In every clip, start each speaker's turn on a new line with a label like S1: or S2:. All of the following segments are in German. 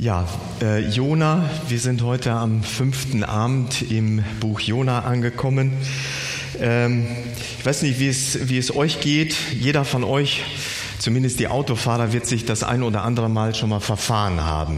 S1: Ja, Jona, wir sind heute am 5. Abend im Buch Jona angekommen. Ich weiß nicht, wie es euch geht. Jeder von euch, zumindest die Autofahrer, wird sich das ein oder andere Mal schon mal verfahren haben.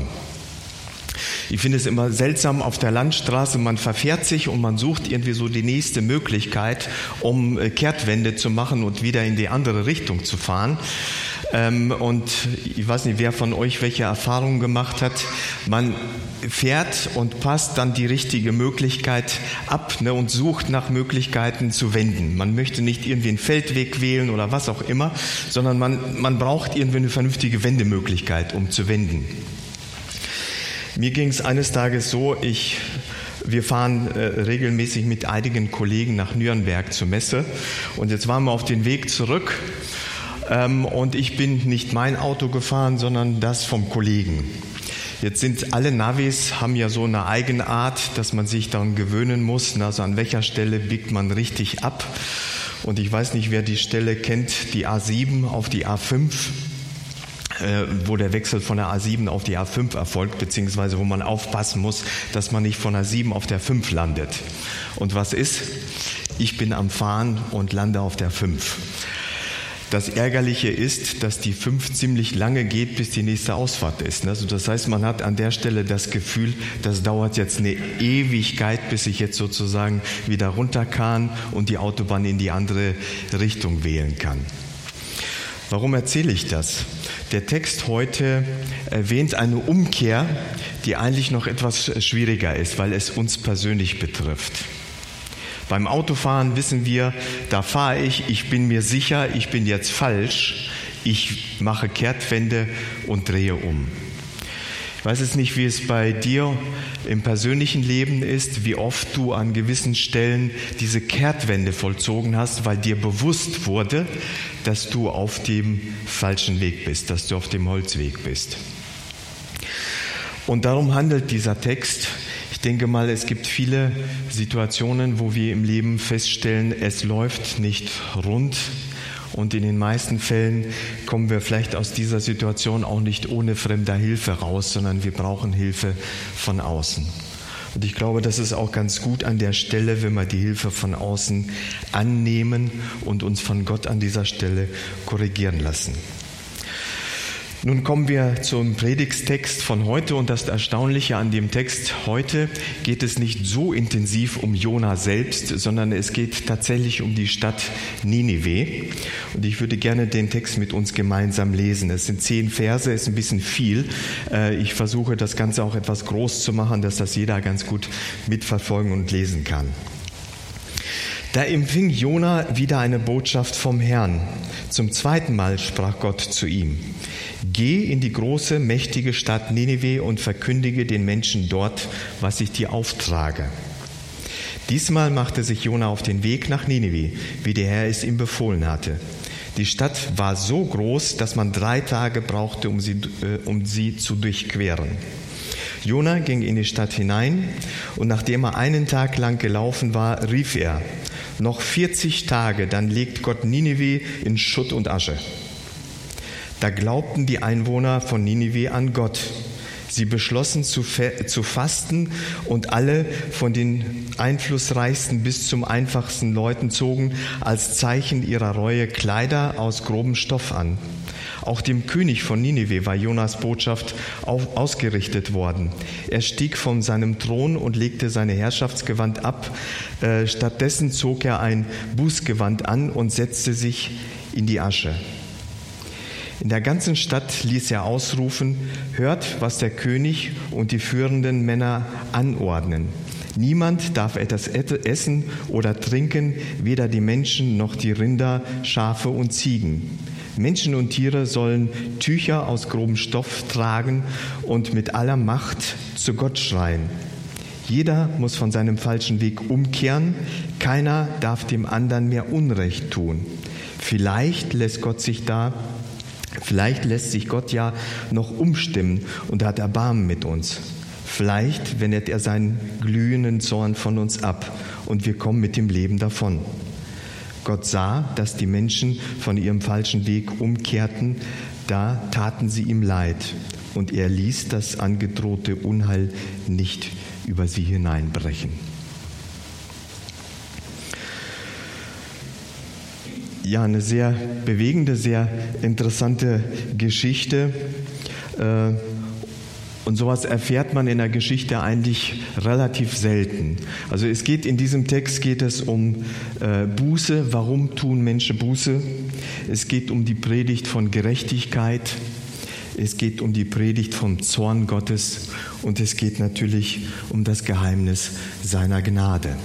S1: Ich finde es immer seltsam auf der Landstraße, man verfährt sich und man sucht irgendwie so die nächste Möglichkeit, um Kehrtwende zu machen und wieder in die andere Richtung zu fahren. Und ich weiß nicht, wer von euch welche Erfahrungen gemacht hat. Man fährt und passt dann die richtige Möglichkeit ab, und sucht nach Möglichkeiten zu wenden. Man möchte nicht irgendwie einen Feldweg wählen oder was auch immer, sondern man braucht irgendwie eine vernünftige Wendemöglichkeit, um zu wenden. Mir ging es eines Tages so, wir fahren regelmäßig mit einigen Kollegen nach Nürnberg zur Messe und jetzt waren wir auf den Weg zurück und ich bin nicht mein Auto gefahren, sondern das vom Kollegen. Jetzt sind alle Navis, haben ja so eine Eigenart, dass man sich daran gewöhnen muss, also an welcher Stelle biegt man richtig ab. Und ich weiß nicht, wer die Stelle kennt, die A7 auf die A5. Wo der Wechsel von der A7 auf die A5 erfolgt, beziehungsweise wo man aufpassen muss, dass man nicht von der 7 auf der 5 landet. Und was ist? Ich bin am Fahren und lande auf der 5. Das Ärgerliche ist, dass die 5 ziemlich lange geht, bis die nächste Ausfahrt ist. Also das heißt, man hat an der Stelle das Gefühl, das dauert jetzt eine Ewigkeit, bis ich jetzt sozusagen wieder runter kann und die Autobahn in die andere Richtung wählen kann. Warum erzähle ich das? Der Text heute erwähnt eine Umkehr, die eigentlich noch etwas schwieriger ist, weil es uns persönlich betrifft. Beim Autofahren wissen wir, da fahre ich bin mir sicher, ich bin jetzt falsch, ich mache Kehrtwende und drehe um. Ich weiß jetzt nicht, wie es bei dir im persönlichen Leben ist, wie oft du an gewissen Stellen diese Kehrtwende vollzogen hast, weil dir bewusst wurde, dass du auf dem falschen Weg bist, dass du auf dem Holzweg bist. Und darum handelt dieser Text. Ich denke mal, es gibt viele Situationen, wo wir im Leben feststellen, es läuft nicht rund. Und in den meisten Fällen kommen wir vielleicht aus dieser Situation auch nicht ohne fremder Hilfe raus, sondern wir brauchen Hilfe von außen. Und ich glaube, das ist auch ganz gut an der Stelle, wenn wir die Hilfe von außen annehmen und uns von Gott an dieser Stelle korrigieren lassen. Nun kommen wir zum Predigttext von heute und das Erstaunliche an dem Text heute geht es nicht so intensiv um Jona selbst, sondern es geht tatsächlich um die Stadt Ninive und ich würde gerne den Text mit uns gemeinsam lesen. Es sind 10 Verse, ist ein bisschen viel. Ich versuche das Ganze auch etwas groß zu machen, dass das jeder ganz gut mitverfolgen und lesen kann. Da empfing Jona wieder eine Botschaft vom Herrn. Zum 2. Mal sprach Gott zu ihm: Geh in die große, mächtige Stadt Ninive und verkündige den Menschen dort, was ich dir auftrage. Diesmal machte sich Jona auf den Weg nach Ninive, wie der Herr es ihm befohlen hatte. Die Stadt war so groß, dass man 3 Tage brauchte, um sie zu durchqueren. Jona ging in die Stadt hinein und nachdem er einen Tag lang gelaufen war, rief er: Noch 40 Tage, dann legt Gott Ninive in Schutt und Asche. Da glaubten die Einwohner von Ninive an Gott. Sie beschlossen zu fasten und alle von den einflussreichsten bis zum einfachsten Leuten zogen als Zeichen ihrer Reue Kleider aus grobem Stoff an. Auch dem König von Ninive war Jonas Botschaft ausgerichtet worden. Er stieg von seinem Thron und legte seine Herrschaftsgewand ab. Stattdessen zog er ein Bußgewand an und setzte sich in die Asche. In der ganzen Stadt ließ er ausrufen: Hört, was der König und die führenden Männer anordnen. Niemand darf etwas essen oder trinken, weder die Menschen noch die Rinder, Schafe und Ziegen. Menschen und Tiere sollen Tücher aus grobem Stoff tragen und mit aller Macht zu Gott schreien. Jeder muss von seinem falschen Weg umkehren. Keiner darf dem anderen mehr Unrecht tun. Vielleicht lässt sich Gott ja noch umstimmen und hat Erbarmen mit uns. Vielleicht wendet er seinen glühenden Zorn von uns ab und wir kommen mit dem Leben davon. Gott sah, dass die Menschen von ihrem falschen Weg umkehrten, da taten sie ihm leid. und er ließ das angedrohte Unheil nicht über sie hineinbrechen. Ja, eine sehr bewegende, sehr interessante Geschichte. Und sowas erfährt man in der Geschichte eigentlich relativ selten. Also in diesem Text geht es um Buße. Warum tun Menschen Buße? Es geht um die Predigt von Gerechtigkeit. Es geht um die Predigt vom Zorn Gottes. Und es geht natürlich um das Geheimnis seiner Gnade.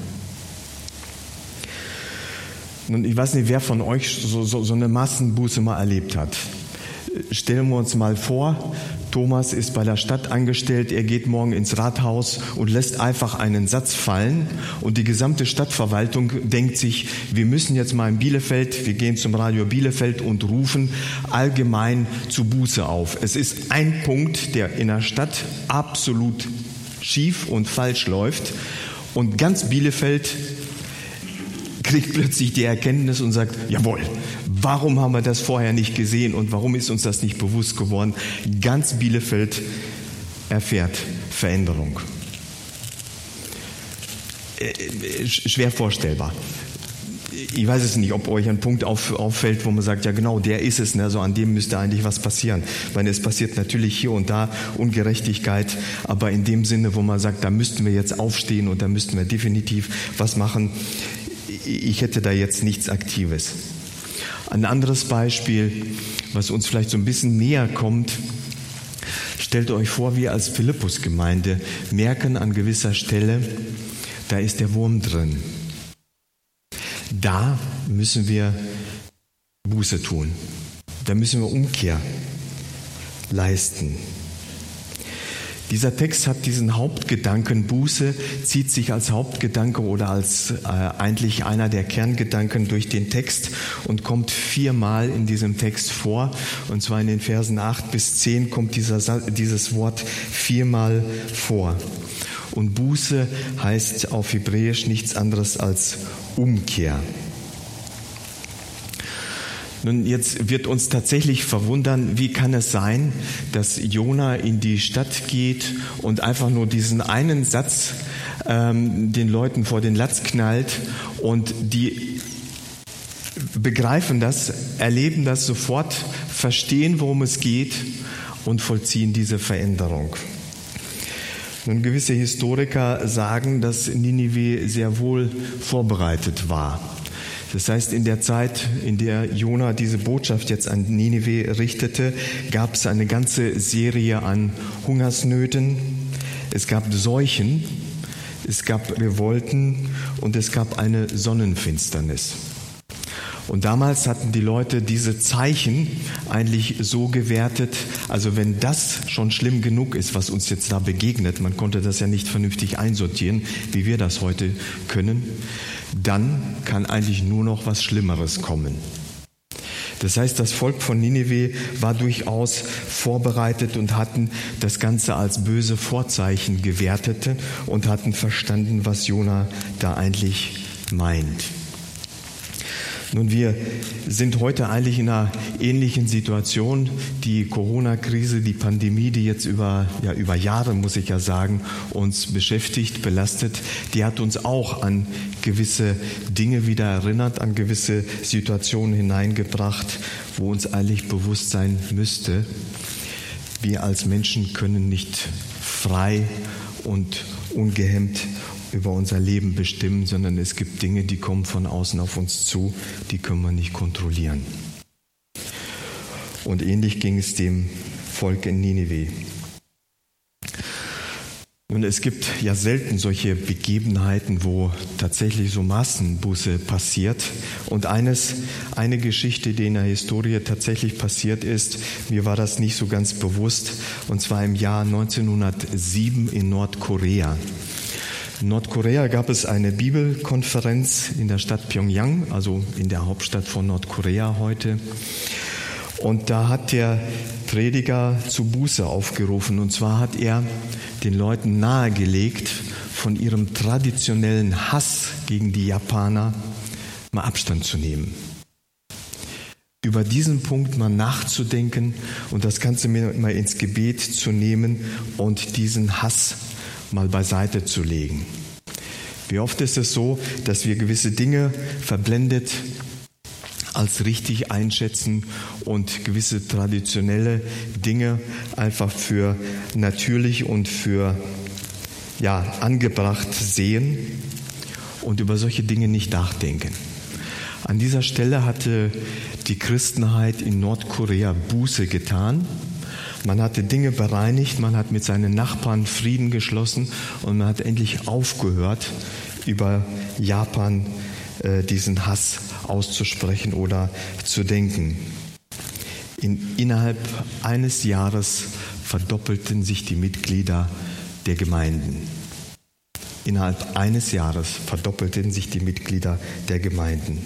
S1: Und ich weiß nicht, wer von euch so eine Massenbuße mal erlebt hat. Stellen wir uns mal vor, Thomas ist bei der Stadt angestellt, er geht morgen ins Rathaus und lässt einfach einen Satz fallen und die gesamte Stadtverwaltung denkt sich, wir müssen jetzt mal in Bielefeld, wir gehen zum Radio Bielefeld und rufen allgemein zu Buße auf. Es ist ein Punkt, der in der Stadt absolut schief und falsch läuft und ganz Bielefeld kriegt plötzlich die Erkenntnis und sagt, jawohl, warum haben wir das vorher nicht gesehen und warum ist uns das nicht bewusst geworden? Ganz Bielefeld erfährt Veränderung. Schwer vorstellbar. Ich weiß es nicht, ob euch ein Punkt auffällt, wo man sagt, ja genau, der ist es, ne? So an dem müsste eigentlich was passieren. Weil es passiert natürlich hier und da Ungerechtigkeit, aber in dem Sinne, wo man sagt, da müssten wir jetzt aufstehen und da müssten wir definitiv was machen. Ich hätte da jetzt nichts Aktives. Ein anderes Beispiel, was uns vielleicht so ein bisschen näher kommt, stellt euch vor, wir als Philippus-Gemeinde merken an gewisser Stelle, da ist der Wurm drin. Da müssen wir Buße tun. Da müssen wir Umkehr leisten. Dieser Text hat diesen Hauptgedanken, Buße zieht sich als Hauptgedanke oder als eigentlich einer der Kerngedanken durch den Text und kommt 4-mal in diesem Text vor. Und zwar in den Versen 8 bis 10 kommt dieses Wort 4-mal vor. Und Buße heißt auf Hebräisch nichts anderes als Umkehr. Nun, jetzt wird uns tatsächlich verwundern, wie kann es sein, dass Jona in die Stadt geht und einfach nur diesen einen Satz den Leuten vor den Latz knallt und die begreifen das, erleben das sofort, verstehen, worum es geht und vollziehen diese Veränderung. Nun, gewisse Historiker sagen, dass Ninive sehr wohl vorbereitet war. Das heißt, in der Zeit, in der Jona diese Botschaft jetzt an Ninive richtete, gab es eine ganze Serie an Hungersnöten. Es gab Seuchen, es gab Revolten und es gab eine Sonnenfinsternis. Und damals hatten die Leute diese Zeichen eigentlich so gewertet, also wenn das schon schlimm genug ist, was uns jetzt da begegnet, man konnte das ja nicht vernünftig einsortieren, wie wir das heute können, dann kann eigentlich nur noch was Schlimmeres kommen. Das heißt, das Volk von Ninive war durchaus vorbereitet und hatten das Ganze als böse Vorzeichen gewertet und hatten verstanden, was Jona da eigentlich meint. Nun, wir sind heute eigentlich in einer ähnlichen Situation. Die Corona-Krise, die Pandemie, die jetzt über Jahre, muss ich ja sagen, uns beschäftigt, belastet, die hat uns auch an gewisse Dinge wieder erinnert, an gewisse Situationen hineingebracht, wo uns eigentlich bewusst sein müsste, wir als Menschen können nicht frei und ungehemmt über unser Leben bestimmen, sondern es gibt Dinge, die kommen von außen auf uns zu, die können wir nicht kontrollieren. Und ähnlich ging es dem Volk in Ninive. Und es gibt ja selten solche Begebenheiten, wo tatsächlich so Massenbuße passiert. Und eine Geschichte, die in der Historie tatsächlich passiert ist, mir war das nicht so ganz bewusst, und zwar im Jahr 1907 in Nordkorea. In Nordkorea gab es eine Bibelkonferenz in der Stadt Pyongyang, also in der Hauptstadt von Nordkorea heute. Und da hat der Prediger zu Buße aufgerufen. Und zwar hat er den Leuten nahegelegt, von ihrem traditionellen Hass gegen die Japaner mal Abstand zu nehmen. über diesen Punkt mal nachzudenken und das Ganze mal ins Gebet zu nehmen und diesen Hass mal beiseite zu legen. Wie oft ist es so, dass wir gewisse Dinge verblendet als richtig einschätzen und gewisse traditionelle Dinge einfach für natürlich und für angebracht sehen und über solche Dinge nicht nachdenken. An dieser Stelle hatte die Christenheit in Nordkorea Buße getan. Man hatte Dinge bereinigt, man hat mit seinen Nachbarn Frieden geschlossen und man hat endlich aufgehört, über Japan diesen Hass auszusprechen oder zu denken. Innerhalb eines Jahres verdoppelten sich die Mitglieder der Gemeinden. Innerhalb eines Jahres verdoppelten sich die Mitglieder der Gemeinden.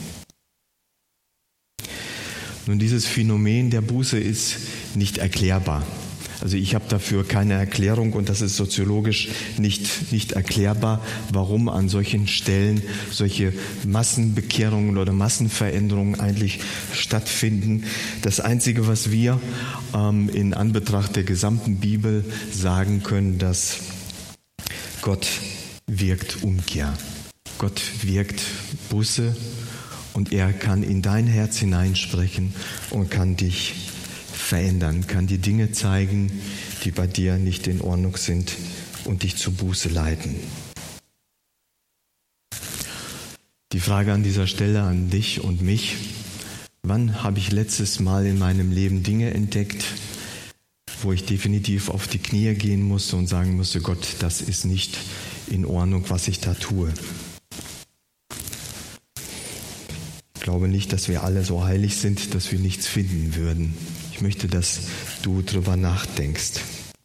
S1: Nun, dieses Phänomen der Buße ist nicht erklärbar. Also ich habe dafür keine Erklärung und das ist soziologisch nicht erklärbar, warum an solchen Stellen solche Massenbekehrungen oder Massenveränderungen eigentlich stattfinden. Das Einzige, was wir in Anbetracht der gesamten Bibel sagen können, dass Gott wirkt Umkehr. Gott wirkt Buße und er kann in dein Herz hineinsprechen und kann dich verändern, kann dir Dinge zeigen, die bei dir nicht in Ordnung sind und dich zur Buße leiten. Die Frage an dieser Stelle an dich und mich: Wann habe ich letztes Mal in meinem Leben Dinge entdeckt, wo ich definitiv auf die Knie gehen musste und sagen musste, Gott, das ist nicht in Ordnung, was ich da tue? Ich glaube nicht, dass wir alle so heilig sind, dass wir nichts finden würden. Ich möchte, dass du drüber nachdenkst.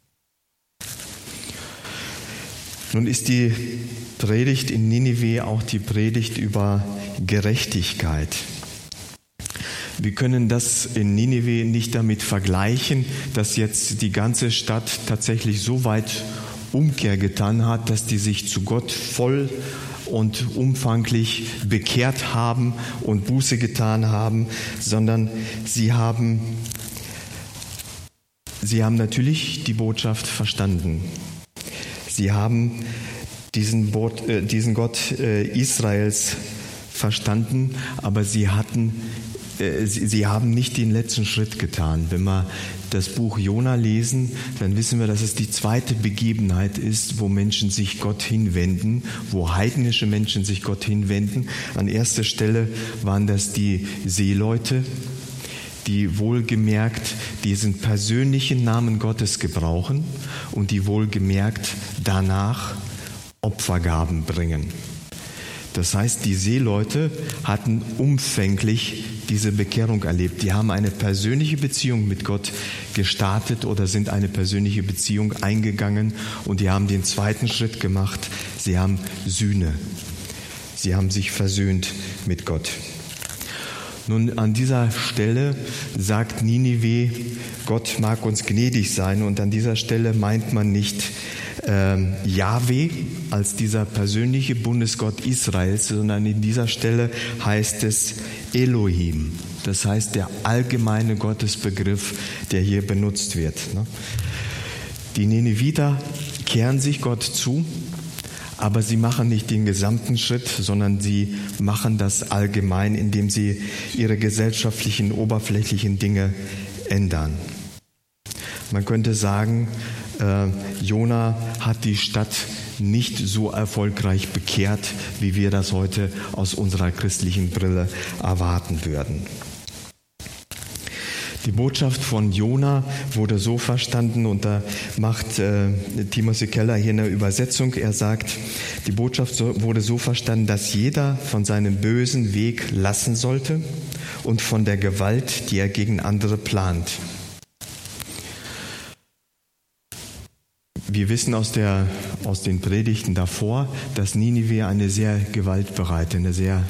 S1: Nun ist die Predigt in Ninive auch die Predigt über Gerechtigkeit. Wir können das in Ninive nicht damit vergleichen, dass jetzt die ganze Stadt tatsächlich so weit Umkehr getan hat, dass die sich zu Gott voll und umfanglich bekehrt haben und Buße getan haben, sondern sie haben natürlich die Botschaft verstanden. Sie haben diesen Gott Israels verstanden, aber sie haben nicht den letzten Schritt getan. Wenn wir das Buch Jona lesen, dann wissen wir, dass es die zweite Begebenheit ist, wo Menschen sich Gott hinwenden, wo heidnische Menschen sich Gott hinwenden. An erster Stelle waren das die Seeleute, die wohlgemerkt diesen persönlichen Namen Gottes gebrauchen und die wohlgemerkt danach Opfergaben bringen. Das heißt, die Seeleute hatten umfänglich diese Bekehrung erlebt. Die haben eine persönliche Beziehung mit Gott gestartet oder sind eine persönliche Beziehung eingegangen und die haben den zweiten Schritt gemacht. Sie haben Sühne. Sie haben sich versöhnt mit Gott. Nun, an dieser Stelle sagt Ninive, Gott mag uns gnädig sein, und an dieser Stelle meint man nicht Jahwe als dieser persönliche Bundesgott Israels, sondern in dieser Stelle heißt es Elohim. Das heißt der allgemeine Gottesbegriff, der hier benutzt wird. Die Nineviter kehren sich Gott zu, aber sie machen nicht den gesamten Schritt, sondern sie machen das allgemein, indem sie ihre gesellschaftlichen, oberflächlichen Dinge ändern. Man könnte sagen, Jona hat die Stadt nicht so erfolgreich bekehrt, wie wir das heute aus unserer christlichen Brille erwarten würden. Die Botschaft von Jona wurde so verstanden, und da macht Timothy Keller hier eine Übersetzung. Er sagt, die Botschaft wurde so verstanden, dass jeder von seinem bösen Weg lassen sollte und von der Gewalt, die er gegen andere plant. Wir wissen aus den Predigten davor, dass Ninive eine sehr gewaltbereite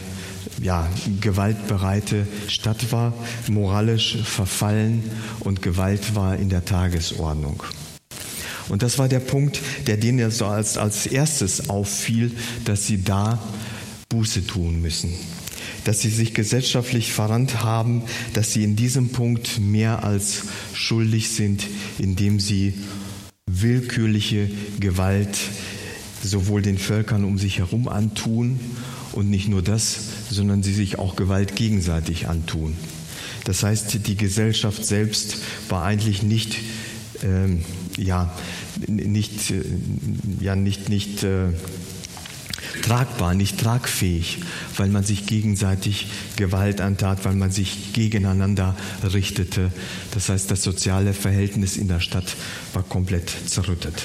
S1: Stadt war, moralisch verfallen, und Gewalt war in der Tagesordnung. Und das war der Punkt, der denen so als erstes auffiel, dass sie da Buße tun müssen. dass sie sich gesellschaftlich verrannt haben, dass sie in diesem Punkt mehr als schuldig sind, indem sie willkürliche Gewalt sowohl den Völkern um sich herum antun und nicht nur das, sondern sie sich auch Gewalt gegenseitig antun. Das heißt, die Gesellschaft selbst war eigentlich nicht tragbar, nicht tragfähig, weil man sich gegenseitig Gewalt antat, weil man sich gegeneinander richtete. Das heißt, das soziale Verhältnis in der Stadt war komplett zerrüttet.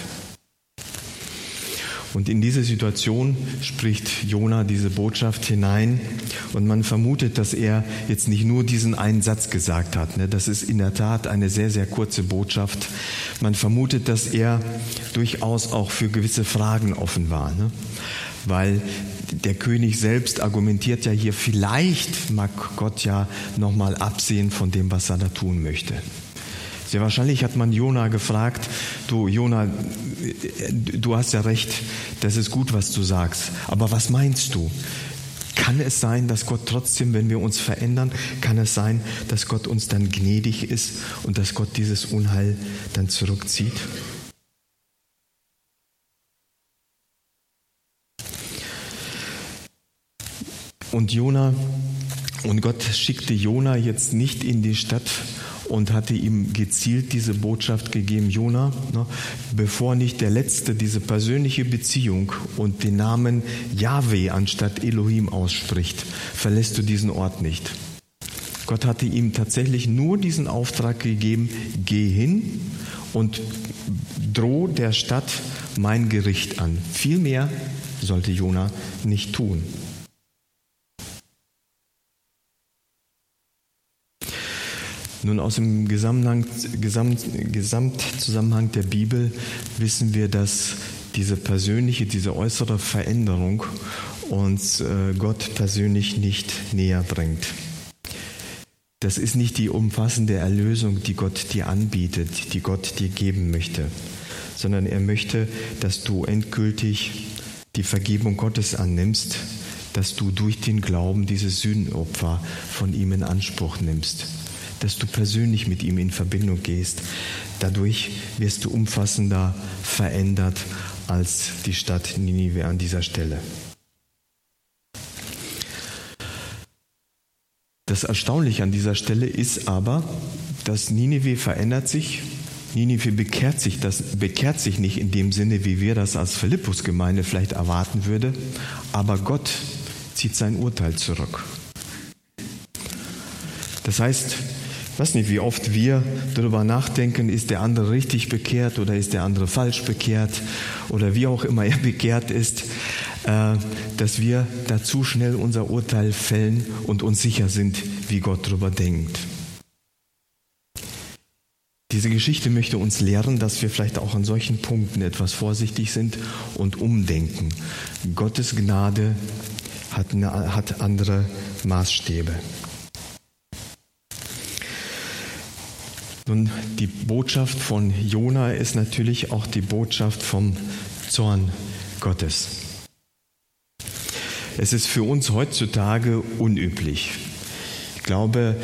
S1: Und in diese Situation spricht Jona diese Botschaft hinein und man vermutet, dass er jetzt nicht nur diesen einen Satz gesagt hat. Das ist in der Tat eine sehr, sehr kurze Botschaft. Man vermutet, dass er durchaus auch für gewisse Fragen offen war, weil der König selbst argumentiert ja hier, vielleicht mag Gott ja nochmal absehen von dem, was er da tun möchte. Sehr wahrscheinlich hat man Jona gefragt, du Jona, du hast ja recht, das ist gut, was du sagst, aber was meinst du? Kann es sein, dass Gott trotzdem, wenn wir uns verändern, kann es sein, dass Gott uns dann gnädig ist und dass Gott dieses Unheil dann zurückzieht? Und Gott schickte Jona jetzt nicht in die Stadt und hatte ihm gezielt diese Botschaft gegeben, Jona, bevor nicht der Letzte diese persönliche Beziehung und den Namen Jahwe anstatt Elohim ausspricht, verlässt du diesen Ort nicht. Gott hatte ihm tatsächlich nur diesen Auftrag gegeben, geh hin und droh der Stadt mein Gericht an. Viel mehr sollte Jona nicht tun. Nun, aus dem Gesamtzusammenhang der Bibel wissen wir, dass diese äußere Veränderung uns Gott persönlich nicht näher bringt. Das ist nicht die umfassende Erlösung, die Gott dir anbietet, die Gott dir geben möchte, sondern er möchte, dass du endgültig die Vergebung Gottes annimmst, dass du durch den Glauben dieses Sühnopfer von ihm in Anspruch nimmst, dass du persönlich mit ihm in Verbindung gehst. Dadurch wirst du umfassender verändert als die Stadt Ninive an dieser Stelle. Das Erstaunliche an dieser Stelle ist aber, dass Ninive verändert sich. Ninive bekehrt sich nicht in dem Sinne, wie wir das als Philippus-Gemeinde vielleicht erwarten würde, aber Gott zieht sein Urteil zurück. Das heißt, ich weiß nicht, wie oft wir darüber nachdenken, ist der andere richtig bekehrt oder ist der andere falsch bekehrt oder wie auch immer er bekehrt ist, dass wir dazu schnell unser Urteil fällen und uns sicher sind, wie Gott darüber denkt. Diese Geschichte möchte uns lehren, dass wir vielleicht auch an solchen Punkten etwas vorsichtig sind und umdenken. Gottes Gnade hat andere Maßstäbe. Nun, die Botschaft von Jona ist natürlich auch die Botschaft vom Zorn Gottes. Es ist für uns heutzutage unüblich. Ich glaube,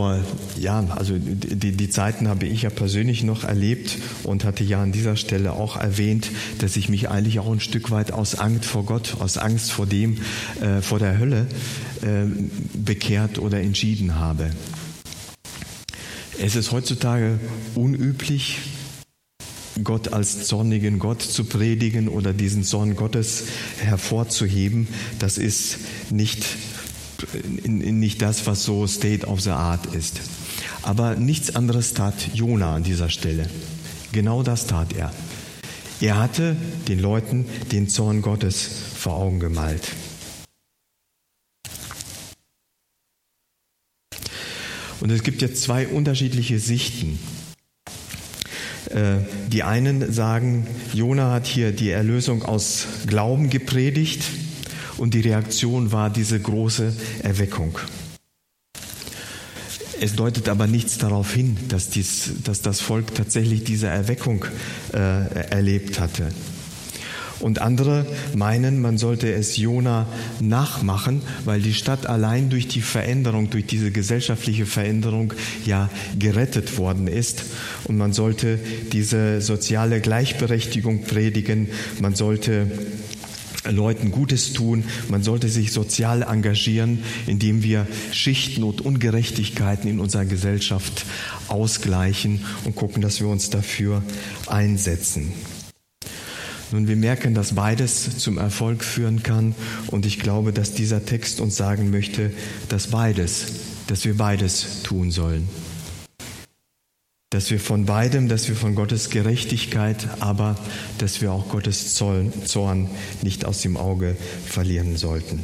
S1: die Zeiten habe ich ja persönlich noch erlebt und hatte ja an dieser Stelle auch erwähnt, dass ich mich eigentlich auch ein Stück weit aus Angst vor Gott, aus Angst vor der Hölle bekehrt oder entschieden habe. Es ist heutzutage unüblich, Gott als zornigen Gott zu predigen oder diesen Zorn Gottes hervorzuheben. Das ist nicht das, was so State of the Art ist. Aber nichts anderes tat Jona an dieser Stelle. Genau das tat er. Er hatte den Leuten den Zorn Gottes vor Augen gemalt. Und es gibt jetzt zwei unterschiedliche Sichten. Die einen sagen, Jona hat hier die Erlösung aus Glauben gepredigt und die Reaktion war diese große Erweckung. Es deutet aber nichts darauf hin, dass das Volk tatsächlich diese Erweckung erlebt hatte. Und andere meinen, man sollte es Jona nachmachen, weil die Stadt allein durch die Veränderung, durch diese gesellschaftliche Veränderung ja gerettet worden ist. Und man sollte diese soziale Gleichberechtigung predigen, man sollte Leuten Gutes tun, man sollte sich sozial engagieren, indem wir Schichten und Ungerechtigkeiten in unserer Gesellschaft ausgleichen und gucken, dass wir uns dafür einsetzen. Nun, wir merken, dass beides zum Erfolg führen kann und ich glaube, dass dieser Text uns sagen möchte, dass wir beides tun sollen. Dass wir von beidem, dass wir von Gottes Gerechtigkeit, aber dass wir auch Gottes Zorn nicht aus dem Auge verlieren sollten.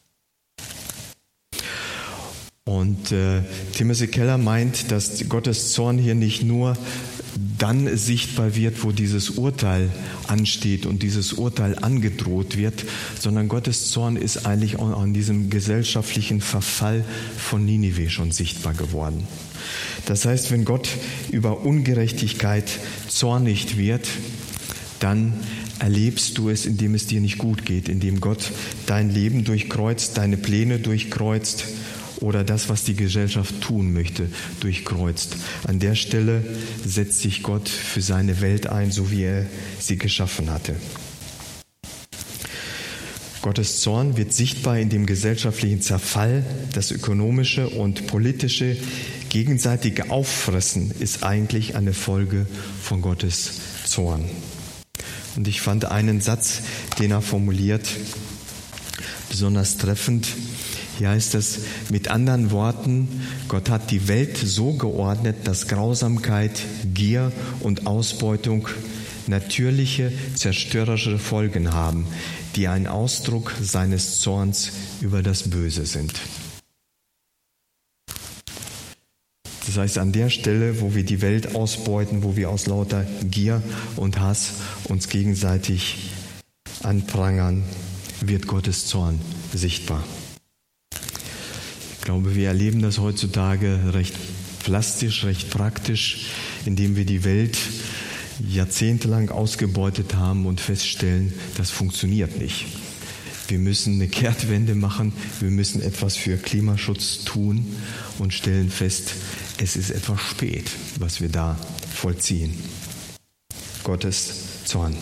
S1: Und Timothy Keller meint, dass Gottes Zorn hier nicht nur dann sichtbar wird, wo dieses Urteil ansteht und dieses Urteil angedroht wird, sondern Gottes Zorn ist eigentlich auch an diesem gesellschaftlichen Verfall von Ninive schon sichtbar geworden. Das heißt, wenn Gott über Ungerechtigkeit zornig wird, dann erlebst du es, indem es dir nicht gut geht, indem Gott dein Leben durchkreuzt, deine Pläne durchkreuzt oder das, was die Gesellschaft tun möchte, durchkreuzt. An der Stelle setzt sich Gott für seine Welt ein, so wie er sie geschaffen hatte. Gottes Zorn wird sichtbar in dem gesellschaftlichen Zerfall. Das ökonomische und politische gegenseitige Auffressen ist eigentlich eine Folge von Gottes Zorn. Und ich fand einen Satz, den er formuliert, besonders treffend. Hier heißt es mit anderen Worten, Gott hat die Welt so geordnet, dass Grausamkeit, Gier und Ausbeutung natürliche, zerstörerische Folgen haben, die ein Ausdruck seines Zorns über das Böse sind. Das heißt, an der Stelle, wo wir die Welt ausbeuten, wo wir aus lauter Gier und Hass uns gegenseitig anprangern, wird Gottes Zorn sichtbar. Ich glaube, wir erleben das heutzutage recht plastisch, recht praktisch, indem wir die Welt jahrzehntelang ausgebeutet haben und feststellen, das funktioniert nicht. Wir müssen eine Kehrtwende machen, wir müssen etwas für Klimaschutz tun und stellen fest, es ist etwas spät, was wir da vollziehen. Gottes Zorn.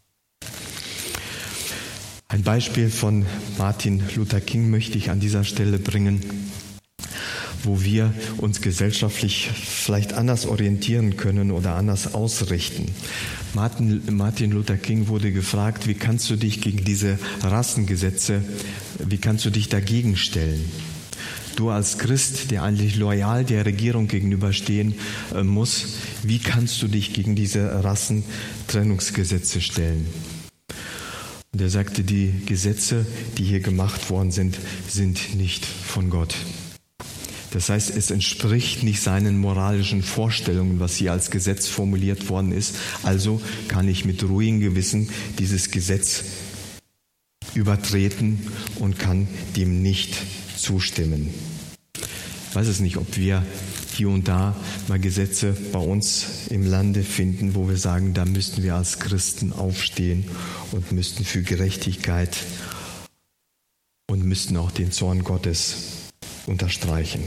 S1: Ein Beispiel von Martin Luther King möchte ich an dieser Stelle bringen, wo wir uns gesellschaftlich vielleicht anders orientieren können oder anders ausrichten. Martin Luther King wurde gefragt, wie kannst du dich gegen diese Rassengesetze, wie kannst du dich dagegen stellen? Du als Christ, der eigentlich loyal der Regierung gegenüberstehen muss, wie kannst du dich gegen diese Rassentrennungsgesetze stellen? Und er sagte, die Gesetze, die hier gemacht worden sind, sind nicht von Gott. Das heißt, es entspricht nicht seinen moralischen Vorstellungen, was hier als Gesetz formuliert worden ist. Also kann ich mit ruhigem Gewissen dieses Gesetz übertreten und kann dem nicht zustimmen. Ich weiß es nicht, ob wir hier und da mal Gesetze bei uns im Lande finden, wo wir sagen, da müssten wir als Christen aufstehen und müssten für Gerechtigkeit und müssten auch den Zorn Gottes unterstreichen.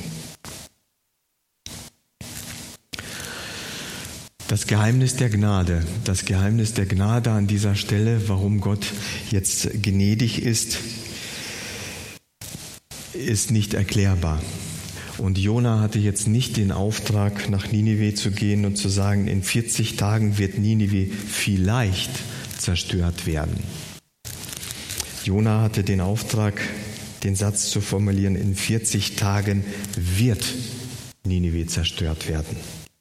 S1: Das Geheimnis der Gnade an dieser Stelle, warum Gott jetzt gnädig ist nicht erklärbar. Und Jona hatte jetzt nicht den Auftrag, nach Ninive zu gehen und zu sagen, in 40 Tagen wird Ninive vielleicht zerstört werden. Jona hatte den Auftrag, den Satz zu formulieren, in 40 Tagen wird Ninive zerstört werden.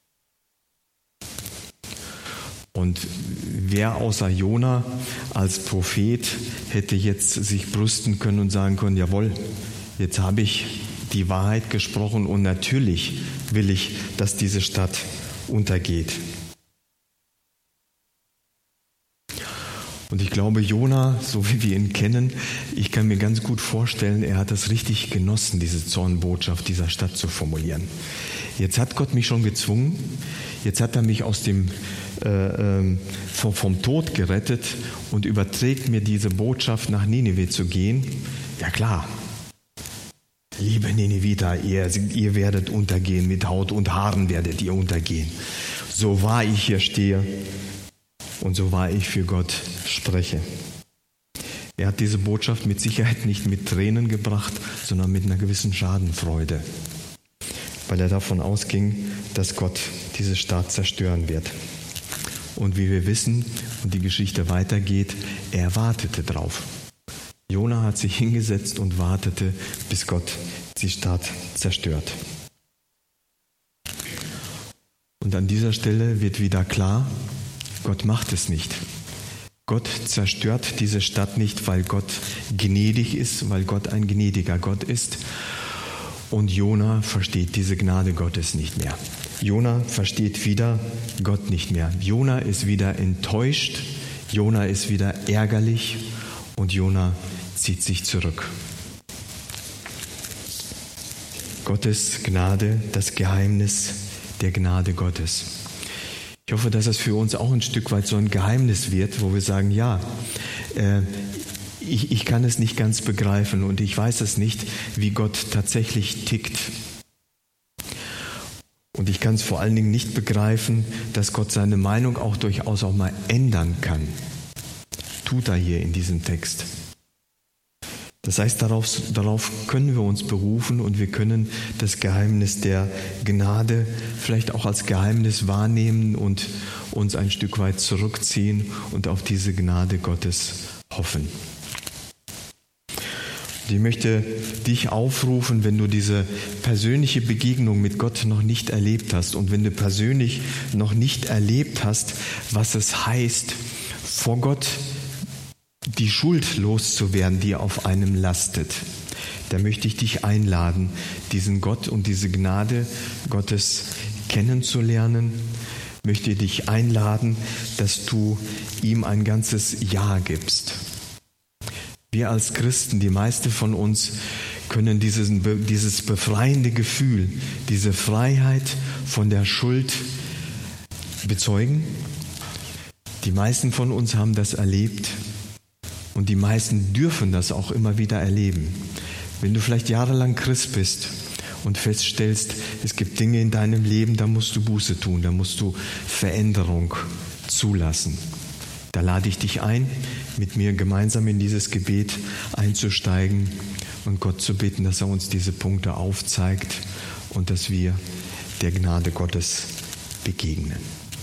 S1: Und wer außer Jona als Prophet hätte jetzt sich brüsten können und sagen können, jawohl, jetzt habe ich die Wahrheit gesprochen und natürlich will ich, dass diese Stadt untergeht. Und ich glaube, Jona, so wie wir ihn kennen, ich kann mir ganz gut vorstellen, er hat es richtig genossen, diese Zornbotschaft dieser Stadt zu formulieren. Jetzt hat Gott mich schon gezwungen, jetzt hat er mich aus dem vom Tod gerettet und überträgt mir diese Botschaft, nach Ninive zu gehen. Ja klar, liebe Nineviter, ihr werdet untergehen, mit Haut und Haaren werdet ihr untergehen. So wahr ich hier stehe und so wahr ich für Gott spreche. Er hat diese Botschaft mit Sicherheit nicht mit Tränen gebracht, sondern mit einer gewissen Schadenfreude, weil er davon ausging, dass Gott diese Stadt zerstören wird. Und wie wir wissen und die Geschichte weitergeht, er wartete drauf. Jona hat sich hingesetzt und wartete, bis Gott die Stadt zerstört. Und an dieser Stelle wird wieder klar, Gott macht es nicht. Gott zerstört diese Stadt nicht, weil Gott gnädig ist, weil Gott ein gnädiger Gott ist. Und Jona versteht diese Gnade Gottes nicht mehr. Jona versteht wieder Gott nicht mehr. Jona ist wieder enttäuscht, Jona ist wieder ärgerlich und Jona zieht sich zurück. Gottes Gnade, das Geheimnis der Gnade Gottes. Ich hoffe, dass es für uns auch ein Stück weit so ein Geheimnis wird, wo wir sagen, ja, ich kann es nicht ganz begreifen und ich weiß es nicht, wie Gott tatsächlich tickt. Und ich kann es vor allen Dingen nicht begreifen, dass Gott seine Meinung auch durchaus auch mal ändern kann. Tut er hier in diesem Text. Das heißt, darauf können wir uns berufen und wir können das Geheimnis der Gnade vielleicht auch als Geheimnis wahrnehmen und uns ein Stück weit zurückziehen und auf diese Gnade Gottes hoffen. Und ich möchte dich aufrufen, wenn du diese persönliche Begegnung mit Gott noch nicht erlebt hast und wenn du persönlich noch nicht erlebt hast, was es heißt, vor Gott die Schuld loszuwerden, die auf einem lastet, da möchte ich dich einladen, diesen Gott und diese Gnade Gottes kennenzulernen, möchte dich einladen, dass du ihm ein ganzes Ja gibst. Wir als Christen, die meisten von uns, können dieses befreiende Gefühl, diese Freiheit von der Schuld bezeugen. Die meisten von uns haben das erlebt. Und die meisten dürfen das auch immer wieder erleben. Wenn du vielleicht jahrelang Christ bist und feststellst, es gibt Dinge in deinem Leben, da musst du Buße tun, da musst du Veränderung zulassen. Da lade ich dich ein, mit mir gemeinsam in dieses Gebet einzusteigen und Gott zu bitten, dass er uns diese Punkte aufzeigt und dass wir der Gnade Gottes begegnen.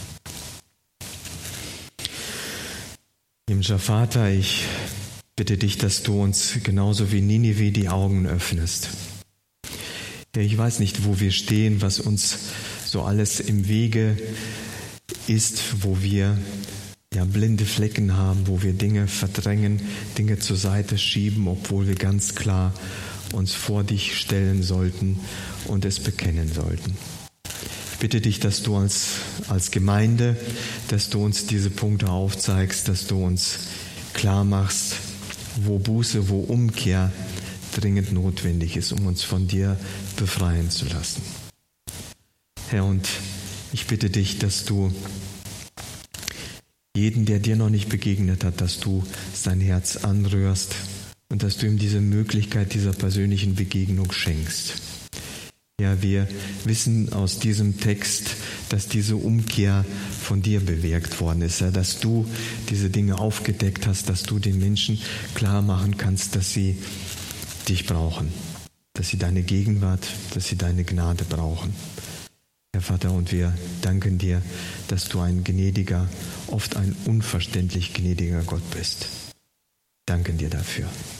S1: Himmlischer Vater, ich bitte dich, dass du uns genauso wie Ninive die Augen öffnest. Ja, ich weiß nicht, wo wir stehen, was uns so alles im Wege ist, wo wir blinde Flecken haben, wo wir Dinge verdrängen, Dinge zur Seite schieben, obwohl wir ganz klar uns vor dich stellen sollten und es bekennen sollten. Ich bitte dich, dass du als Gemeinde, dass du uns diese Punkte aufzeigst, dass du uns klar machst, wo Buße, wo Umkehr dringend notwendig ist, um uns von dir befreien zu lassen. Herr, und ich bitte dich, dass du jeden, der dir noch nicht begegnet hat, dass du sein Herz anrührst und dass du ihm diese Möglichkeit dieser persönlichen Begegnung schenkst. Ja, wir wissen aus diesem Text, dass diese Umkehr von dir bewirkt worden ist, ja, dass du diese Dinge aufgedeckt hast, dass du den Menschen klar machen kannst, dass sie dich brauchen, dass sie deine Gegenwart, dass sie deine Gnade brauchen. Herr Vater, und wir danken dir, dass du ein gnädiger, oft ein unverständlich gnädiger Gott bist. Danken dir dafür.